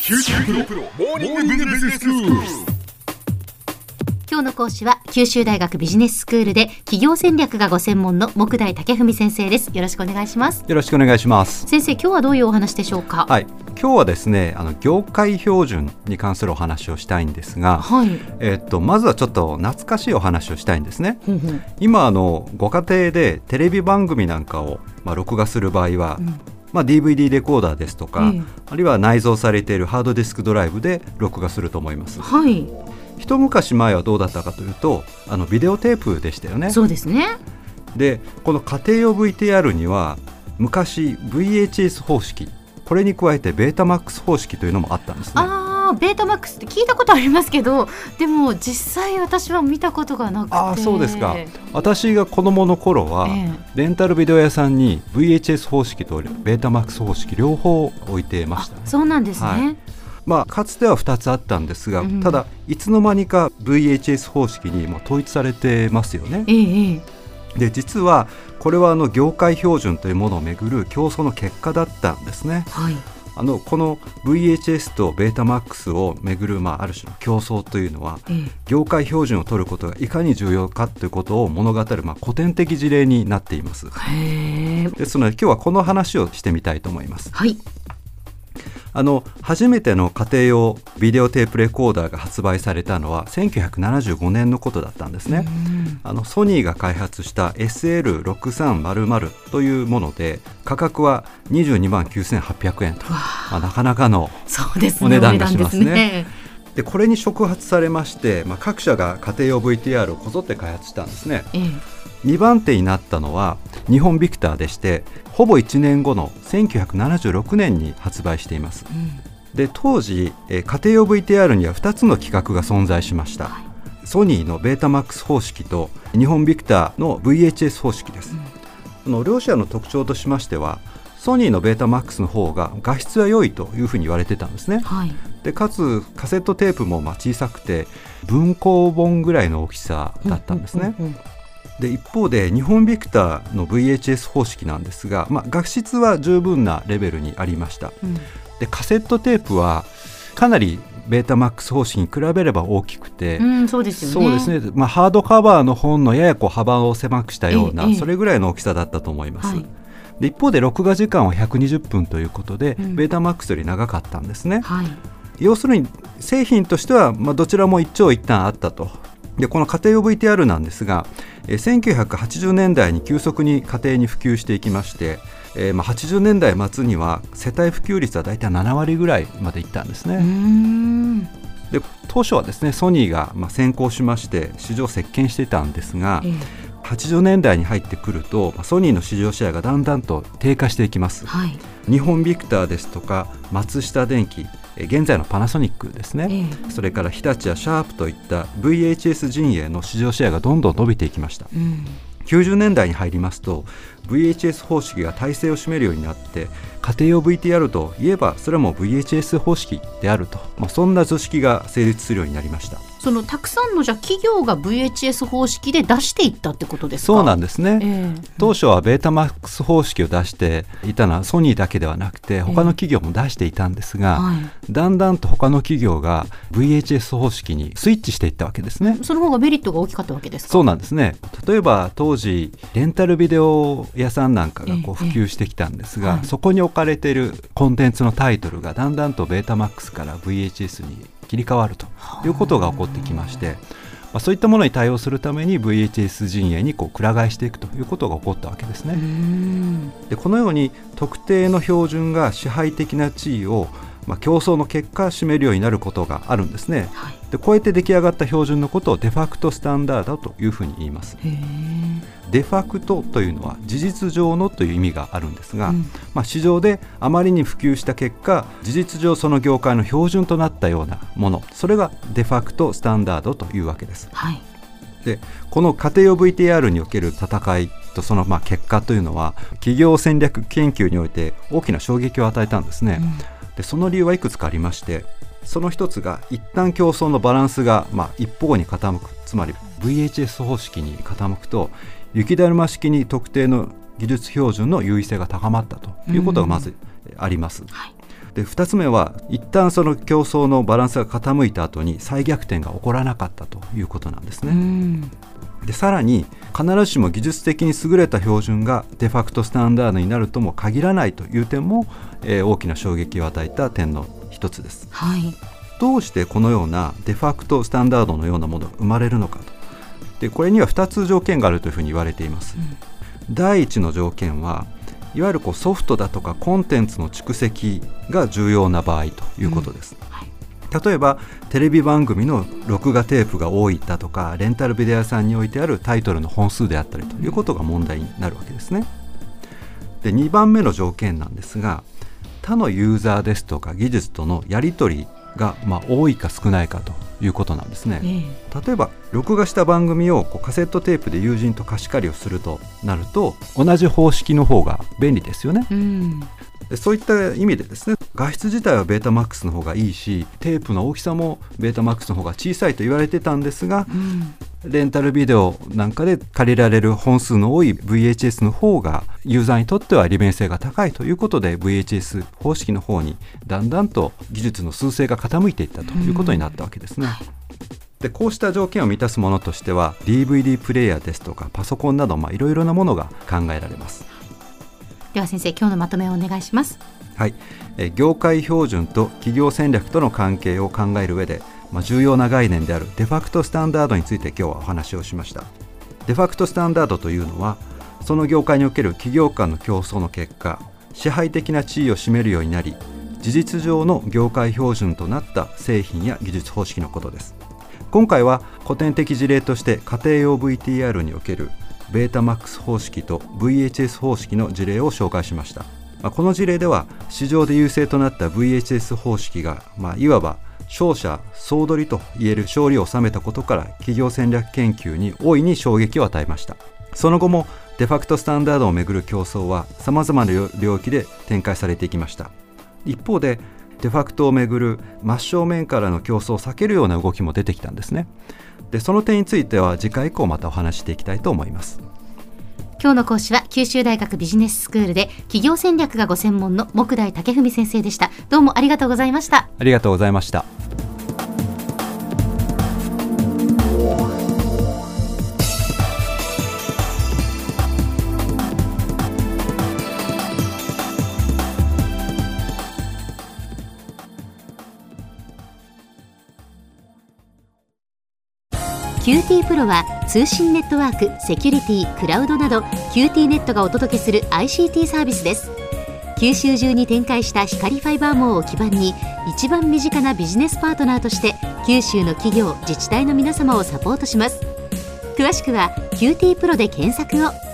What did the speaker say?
プロモーニングビジネススクール。 今日の講師は九州大学ビジネススクールで企業戦略がご専門の杢代武文先生です。よろしくお願いします。 よろしくお願いします。 先生、今日はどういうお話でしょうか？ はい、今日はですね、業界標準に関するお話をしたいんですが、 はい、 まずはちょっと懐かしいお話をしたいんですね。 ほうほう。 今ご家庭でテレビ番組なんかを、録画する場合は、DVD レコーダーですとか、あるいは内蔵されているハードディスクドライブで録画すると思います。 はい。 一昔前はどうだったかというとビデオテープでしたよね。 そうですね。 でこの家庭用 VTR には昔 VHS 方式、これに加えてベータマックス方式というのもあったんですね。 ベータマックスって聞いたことありますけど、でも実際私は見たことがなくて。 そうですか。私が子どもの頃は、レンタルビデオ屋さんに VHS 方式とベータマックス方式両方置いてましたね。 そうなんですね。 はい。かつては2つあったんですが、ただいつの間にか VHS 方式にも統一されてますよね。で実はこれは業界標準というものをめぐる競争の結果だったんですね。 はい。 この VHS とベータマックスをめぐる、ある種の競争というのは、業界標準を取ることがいかに重要かということを物語る、古典的事例になっています。ですので今日はこの話をしてみたいと思います。 はい。 初めての家庭用ビデオテープレコーダーが発売されたのは1975年のことだったんですね。ソニーが開発した SL6300 というもので、価格は22万9800円と、なかなかのお値段がしますね。でこれに触発されまして、各社が家庭用 VTR をこぞって開発したんですね。2番手になったのは日本ビクターでして、ほぼ1年後の1976年に発売しています。で当時、家庭用 VTR には2つの規格が存在しました。ソニーのベータマックス方式と日本ビクターの VHS 方式です。両社の特徴としましては、ソニーのベータマックスの方が画質は良いというふうに言われてたんですね。でかつカセットテープも小さくて文庫本ぐらいの大きさだったんですね。で一方で日本ビクターの VHS 方式なんですが、画質は十分なレベルにありました。でカセットテープはかなりベータマックス方式に比べれば大きくて、 そうですよね。 そうですね。ハードカバーの本のやや幅を狭くしたような、それぐらいの大きさだったと思います。で一方で録画時間は120分ということで、ベータマックスより長かったんですね。要するに製品としては、どちらも一長一短あったと。でこの家庭用 VTR なんですが、1980年代に急速に家庭に普及していきまして、80年代末には世帯普及率はだいたい7割ぐらいまでいったんですね。で当初はですね、ソニーが先行しまして市場を席巻していたんですが、80年代に入ってくるとソニーの市場シェアがだんだんと低下していきます。日本ビクターですとか松下電器、現在のパナソニックですね、それから日立やシャープといった VHS 陣営の市場シェアがどんどん伸びていきました。90年代に入りますと VHS 方式が大勢を占めるようになって、家庭用 VTR といえばそれはもう VHS 方式であると、そんな図式が成立するようになりました。 そのたくさんの企業が VHS 方式で出していったってことですか？ そうなんですね。当初はベータマックス方式を出していたのはソニーだけではなくて他の企業も出していたんですが、だんだんと他の企業が VHS 方式にスイッチしていったわけですね。 その方がメリットが大きかったわけですか？ そうなんですね。例えば当時レンタルビデオ屋さんなんかが普及してきたんですが、そこに置かれているコンテンツのタイトルがだんだんとベータマックスから VHS に切り替わるということが起こってきまして、そういったものに対応するために VHS 陣営にくら替えしていくということが起こったわけですね。でこのように特定の標準が支配的な地位を競争の結果占めるようになることがあるんですね。でこうやって出来上がった標準のことをデファクトスタンダードというふうに言います。デファクトというのは事実上のという意味があるんですが、市場であまりに普及した結果、事実上その業界の標準となったようなもの、それがデファクトスタンダードというわけです。でこの家庭用 VTR における戦いとその結果というのは企業戦略研究において大きな衝撃を与えたんですね。でその理由はいくつかありまして、その一つが一旦競争のバランスが一方に傾く、つまり VHS 方式に傾くと雪だるま式に特定の技術標準の優位性が高まったということがまずあります。でで2つ目は一旦その競争のバランスが傾いた後に再逆転が起こらなかったということなんですね。でさらに必ずしも技術的に優れた標準がデファクトスタンダードになるとも限らないという点も、大きな衝撃を与えた点の一つです。 はい、 どうしてこのようなデファクトスタンダードのようなものが生まれるのかと。でこれには2つ条件があるというふうに言われています。第一の条件はいわゆるソフトだとかコンテンツの蓄積が重要な場合ということです。例えばテレビ番組の録画テープが多いだとかレンタルビデオ屋さんに置いてあるタイトルの本数であったりということが問題になるわけですね。で2番目の条件なんですが、他のユーザーですとか技術とのやり取りが多いか少ないかということなんですね。例えば録画した番組をカセットテープで友人と貸し借りをするとなると同じ方式の方が便利ですよね。そういった意味でですね、画質自体はベータマックスの方がいいしテープの大きさもベータマックスの方が小さいと言われてたんですが、レンタルビデオなんかで借りられる本数の多い VHS の方がユーザーにとっては利便性が高いということで VHS 方式の方にだんだんと技術の趨勢が傾いていったということになったわけですね。でこうした条件を満たすものとしては DVD プレイヤーですとかパソコンなどいろいろなものが考えられます。 では先生、今日のまとめをお願いします。 はい、業界標準と企業戦略との関係を考える上で、重要な概念であるデファクトスタンダードについて今日はお話をしました。デファクトスタンダードというのはその業界における企業間の競争の結果支配的な地位を占めるようになり事実上の業界標準となった製品や技術方式のことです。今回は古典的事例として家庭用 VTR におけるベータマックス方式と VHS 方式の事例を紹介しました。この事例では市場で優勢となった VHS 方式が、いわば勝者総取りといえる勝利を収めたことから企業戦略研究に大いに衝撃を与えました。その後もデファクトスタンダードをめぐる競争はさまざまな領域で展開されていきました。一方でデファクトをめぐる真正面からの競争を避けるような動きも出てきたんですね。でその点については次回以降またお話していきたいと思います。 今日の講師は九州大学ビジネススクールで企業戦略がご専門の杢代武文先生でした。どうもありがとうございました。 ありがとうございました。 QT プロは通信ネットワーク、セキュリティ、クラウドなど QT ネットがお届けする ICT サービスです。九州中に展開した光ファイバー網を基盤に一番身近なビジネスパートナーとして九州の企業、自治体の皆様をサポートします。詳しくは QT プロで検索を。